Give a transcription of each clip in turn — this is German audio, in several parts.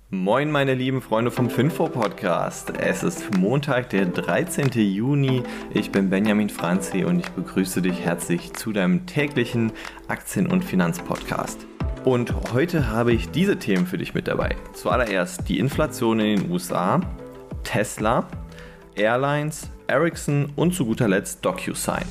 Moin meine lieben Freunde vom Finfo-Podcast. Es ist Montag, der 13. Juni. Ich bin Benjamin Franzi und ich begrüße dich herzlich zu deinem täglichen Aktien- und Finanzpodcast. Und heute habe ich diese Themen für dich mit dabei. Zuallererst die Inflation in den USA, Tesla, Airlines, Ericsson und zu guter Letzt DocuSign.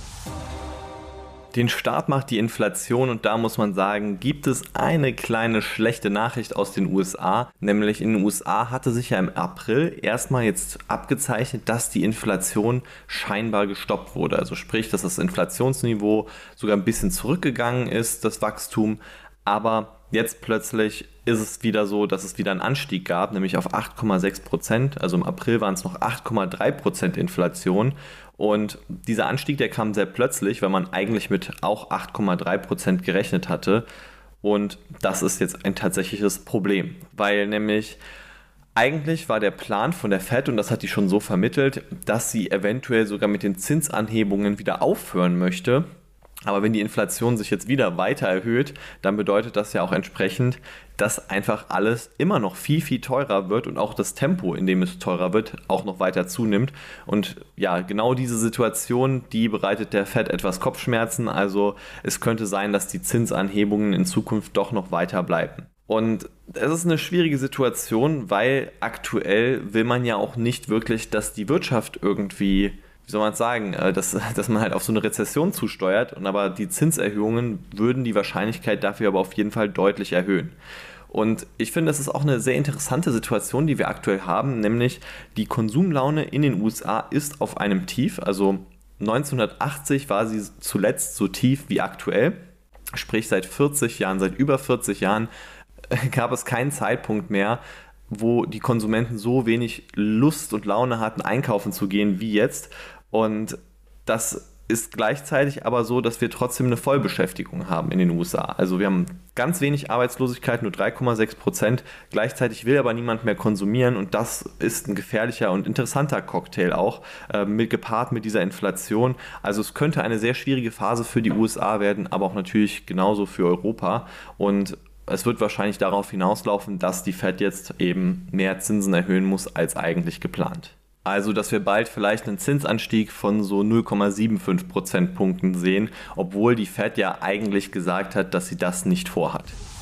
Den Start macht die Inflation und da muss man sagen, gibt es eine kleine schlechte Nachricht aus den USA. Nämlich in den USA hatte sich ja im April erstmal jetzt abgezeichnet, dass die Inflation scheinbar gestoppt wurde. Also sprich, dass das Inflationsniveau sogar ein bisschen zurückgegangen ist, das Wachstum. Aber jetzt plötzlich ist es wieder so, dass es wieder einen Anstieg gab, nämlich auf 8,6%. Also im April waren es noch 8,3% Inflation. Und dieser Anstieg, der kam sehr plötzlich, weil man eigentlich mit auch 8,3% gerechnet hatte. Und das ist jetzt ein tatsächliches Problem, weil nämlich eigentlich war der Plan von der Fed, und das hat die schon so vermittelt, dass sie eventuell sogar mit den Zinsanhebungen wieder aufhören möchte. Aber wenn die Inflation sich jetzt wieder weiter erhöht, dann bedeutet das ja auch entsprechend, dass einfach alles immer noch viel, viel teurer wird und auch das Tempo, in dem es teurer wird, auch noch weiter zunimmt. Und ja, genau diese Situation, die bereitet der Fed etwas Kopfschmerzen. Also es könnte sein, dass die Zinsanhebungen in Zukunft doch noch weiter bleiben. Und es ist eine schwierige Situation, weil aktuell will man ja auch nicht wirklich, dass die Wirtschaft irgendwie, wie soll man es sagen, dass man halt auf so eine Rezession zusteuert, und aber die Zinserhöhungen würden die Wahrscheinlichkeit dafür aber auf jeden Fall deutlich erhöhen. Und ich finde, das ist auch eine sehr interessante Situation, die wir aktuell haben, nämlich die Konsumlaune in den USA ist auf einem Tief. Also 1980 war sie zuletzt so tief wie aktuell, sprich seit über 40 Jahren gab es keinen Zeitpunkt mehr, wo die Konsumenten so wenig Lust und Laune hatten, einkaufen zu gehen wie jetzt. Und das ist gleichzeitig aber so, dass wir trotzdem eine Vollbeschäftigung haben in den USA. Also wir haben ganz wenig Arbeitslosigkeit, nur 3,6%. Gleichzeitig will aber niemand mehr konsumieren, und das ist ein gefährlicher und interessanter Cocktail auch, gepaart mit dieser Inflation. Also es könnte eine sehr schwierige Phase für die USA werden, aber auch natürlich genauso für Europa. Und es wird wahrscheinlich darauf hinauslaufen, dass die Fed jetzt eben mehr Zinsen erhöhen muss als eigentlich geplant. Also, dass wir bald vielleicht einen Zinsanstieg von so 0,75 Prozentpunkten sehen, obwohl die Fed ja eigentlich gesagt hat, dass sie das nicht vorhat.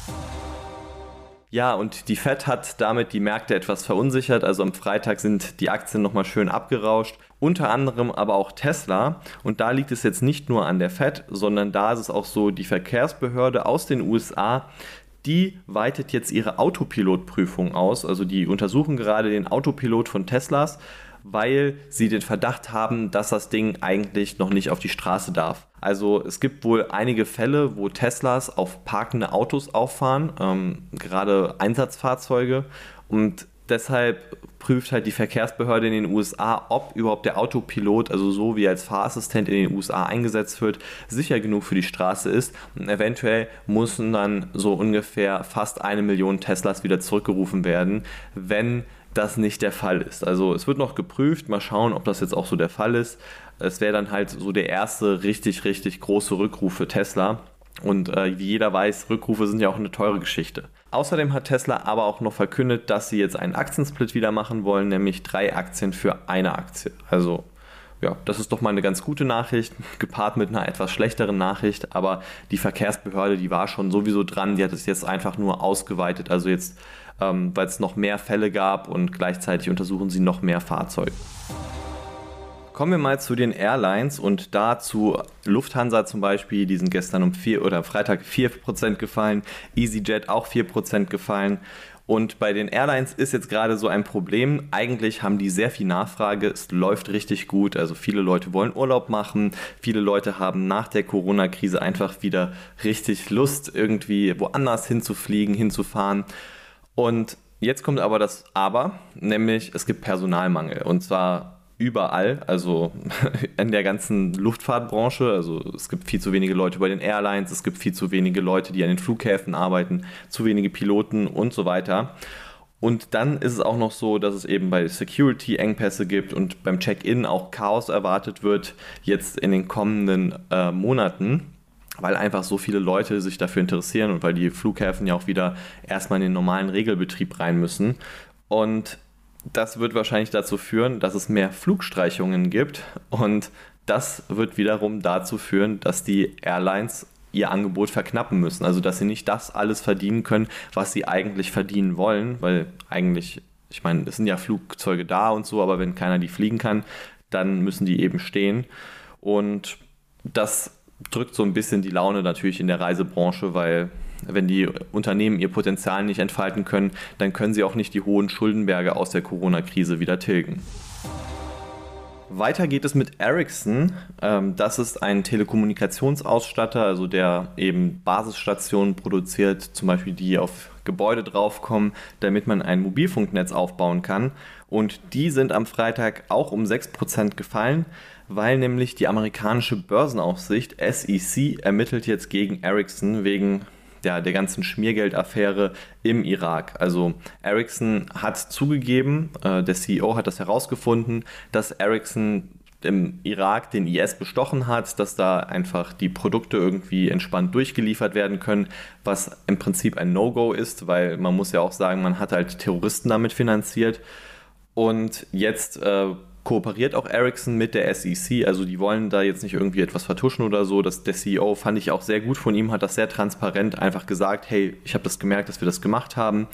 Ja, und die Fed hat damit die Märkte etwas verunsichert. Also am Freitag sind die Aktien nochmal schön abgerauscht. Unter anderem aber auch Tesla. Und da liegt es jetzt nicht nur an der Fed, sondern da ist es auch so, die Verkehrsbehörde aus den USA, die weitet jetzt ihre Autopilotprüfung aus. Also die untersuchen gerade den Autopilot von Teslas, weil sie den Verdacht haben, dass das Ding eigentlich noch nicht auf die Straße darf. Also es gibt wohl einige Fälle, wo Teslas auf parkende Autos auffahren, gerade Einsatzfahrzeuge, und deshalb prüft halt die Verkehrsbehörde in den USA, ob überhaupt der Autopilot, also so wie als Fahrassistent in den USA eingesetzt wird, sicher genug für die Straße ist. Und eventuell müssen dann so ungefähr fast 1 Million Teslas wieder zurückgerufen werden, wenn das nicht der Fall ist. Also es wird noch geprüft, mal schauen, ob das jetzt auch so der Fall ist. Es wäre dann halt so der erste richtig, richtig große Rückruf für Tesla. Und wie jeder weiß, Rückrufe sind ja auch eine teure Geschichte. Außerdem hat Tesla aber auch noch verkündet, dass sie jetzt einen Aktiensplit wieder machen wollen, nämlich 3 Aktien für eine Aktie. Also ja, das ist doch mal eine ganz gute Nachricht, gepaart mit einer etwas schlechteren Nachricht. Aber die Verkehrsbehörde, die war schon sowieso dran, die hat es jetzt einfach nur ausgeweitet. Also jetzt, weil es noch mehr Fälle gab, und gleichzeitig untersuchen sie noch mehr Fahrzeuge. Kommen wir mal zu den Airlines, und dazu Lufthansa zum Beispiel, die sind gestern Freitag 4% gefallen, EasyJet auch 4% gefallen. Und bei den Airlines ist jetzt gerade so ein Problem. Eigentlich haben die sehr viel Nachfrage, es läuft richtig gut, also viele Leute wollen Urlaub machen, viele Leute haben nach der Corona-Krise einfach wieder richtig Lust, irgendwie woanders hinzufliegen, hinzufahren. Und jetzt kommt aber das Aber, nämlich es gibt Personalmangel, und zwar überall, also in der ganzen Luftfahrtbranche. Also es gibt viel zu wenige Leute bei den Airlines, es gibt viel zu wenige Leute, die an den Flughäfen arbeiten, zu wenige Piloten und so weiter. Und dann ist es auch noch so, dass es eben bei Security Engpässe gibt und beim Check-in auch Chaos erwartet wird, jetzt in den kommenden Monaten. weil einfach so viele Leute sich dafür interessieren und weil die Flughäfen ja auch wieder erstmal in den normalen Regelbetrieb rein müssen. Und das wird wahrscheinlich dazu führen, dass es mehr Flugstreichungen gibt und das wird wiederum dazu führen, dass die Airlines ihr Angebot verknappen müssen. Also dass sie nicht das alles verdienen können, was sie eigentlich verdienen wollen, weil eigentlich, ich meine, es sind ja Flugzeuge da und so, aber wenn keiner die fliegen kann, dann müssen die eben stehen. Und das drückt so ein bisschen die Laune natürlich in der Reisebranche, weil wenn die Unternehmen ihr Potenzial nicht entfalten können, dann können sie auch nicht die hohen Schuldenberge aus der Corona-Krise wieder tilgen. Weiter geht es mit Ericsson. Das ist ein Telekommunikationsausstatter, also der eben Basisstationen produziert, zum Beispiel die auf Gebäude draufkommen, damit man ein Mobilfunknetz aufbauen kann. Und die sind am Freitag auch um 6% gefallen, weil nämlich die amerikanische Börsenaufsicht SEC ermittelt jetzt gegen Ericsson wegen der ganzen Schmiergeldaffäre im Irak. Also Ericsson hat zugegeben, der CEO hat das herausgefunden, dass Ericsson im Irak den IS bestochen hat, dass da einfach die Produkte irgendwie entspannt durchgeliefert werden können, was im Prinzip ein No-Go ist, weil man muss ja auch sagen, man hat halt Terroristen damit finanziert. Und jetzt kooperiert auch Ericsson mit der SEC, also die wollen da jetzt nicht irgendwie etwas vertuschen oder so. Der CEO fand ich auch sehr gut von ihm, hat das sehr transparent einfach gesagt, hey, ich habe das gemerkt, dass wir das gemacht haben.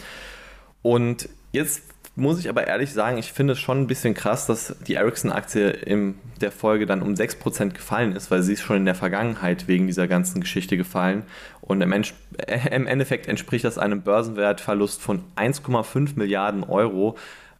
Und jetzt muss ich aber ehrlich sagen, ich finde es schon ein bisschen krass, dass die Ericsson-Aktie in der Folge dann um 6% gefallen ist, weil sie ist schon in der Vergangenheit wegen dieser ganzen Geschichte gefallen. Und im Endeffekt entspricht das einem Börsenwertverlust von 1,5 Milliarden Euro.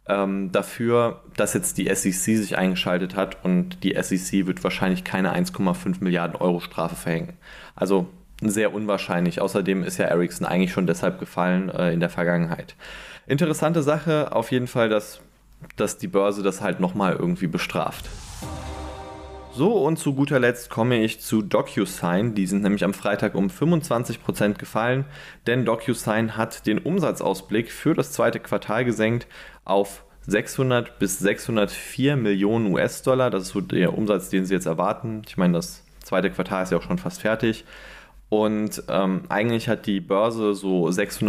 Dafür, dass jetzt die SEC sich eingeschaltet hat und die SEC wird wahrscheinlich keine 1,5 Milliarden Euro Strafe verhängen. Also sehr unwahrscheinlich. Außerdem ist ja Ericsson eigentlich schon deshalb gefallen in der Vergangenheit. Interessante Sache auf jeden Fall, dass die Börse das halt nochmal irgendwie bestraft. So, und zu guter Letzt komme ich zu DocuSign. Die sind nämlich am Freitag um 25% gefallen, denn DocuSign hat den Umsatzausblick für das zweite Quartal gesenkt auf 600 bis 604 Millionen US-Dollar. Das ist so der Umsatz, den sie jetzt erwarten. Ich meine, das zweite Quartal ist ja auch schon fast fertig. Und eigentlich hat die Börse so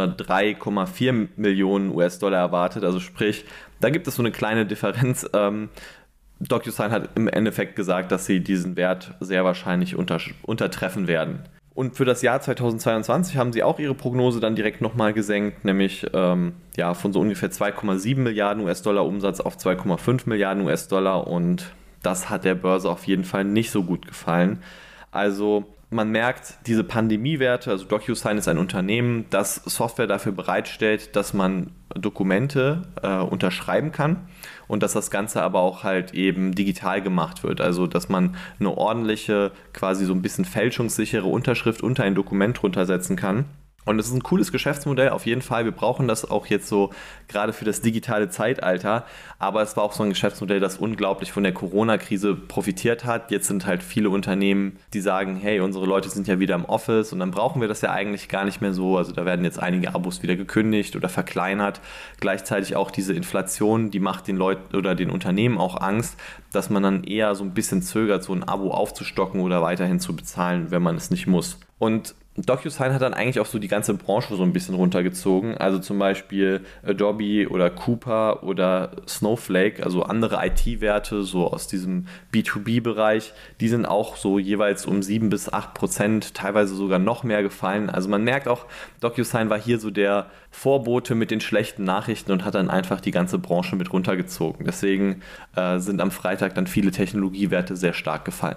603,4 Millionen US-Dollar erwartet. Also sprich, da gibt es so eine kleine Differenz. DocuSign hat im Endeffekt gesagt, dass sie diesen Wert sehr wahrscheinlich untertreffen werden. Und für das Jahr 2022 haben sie auch ihre Prognose dann direkt nochmal gesenkt, nämlich von so ungefähr 2,7 Milliarden US-Dollar Umsatz auf 2,5 Milliarden US-Dollar und das hat der Börse auf jeden Fall nicht so gut gefallen. Also man merkt, diese Pandemiewerte, also DocuSign ist ein Unternehmen, das Software dafür bereitstellt, dass man Dokumente unterschreiben kann und dass das Ganze aber auch halt eben digital gemacht wird. Also dass man eine ordentliche, quasi so ein bisschen fälschungssichere Unterschrift unter ein Dokument drunter setzen kann. Und es ist ein cooles Geschäftsmodell, auf jeden Fall. Wir brauchen das auch jetzt so gerade für das digitale Zeitalter. Aber es war auch so ein Geschäftsmodell, das unglaublich von der Corona-Krise profitiert hat. Jetzt sind halt viele Unternehmen, die sagen, hey, unsere Leute sind ja wieder im Office und dann brauchen wir das ja eigentlich gar nicht mehr so. Also da werden jetzt einige Abos wieder gekündigt oder verkleinert. Gleichzeitig auch diese Inflation, die macht den Leuten oder den Unternehmen auch Angst, dass man dann eher so ein bisschen zögert, so ein Abo aufzustocken oder weiterhin zu bezahlen, wenn man es nicht muss. Und DocuSign hat dann eigentlich auch so die ganze Branche so ein bisschen runtergezogen, also zum Beispiel Adobe oder Coupa oder Snowflake, also andere IT-Werte so aus diesem B2B-Bereich, die sind auch so jeweils um 7 bis 8%, teilweise sogar noch mehr gefallen. Also man merkt auch, DocuSign war hier so der Vorbote mit den schlechten Nachrichten und hat dann einfach die ganze Branche mit runtergezogen. Deswegen sind am Freitag dann viele Technologiewerte sehr stark gefallen.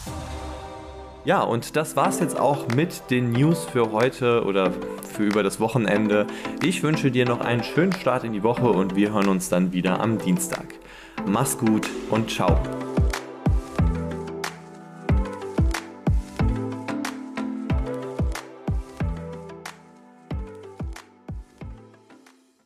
Ja, und das war's jetzt auch mit den News für heute oder für über das Wochenende. Ich wünsche dir noch einen schönen Start in die Woche und wir hören uns dann wieder am Dienstag. Mach's gut und ciao.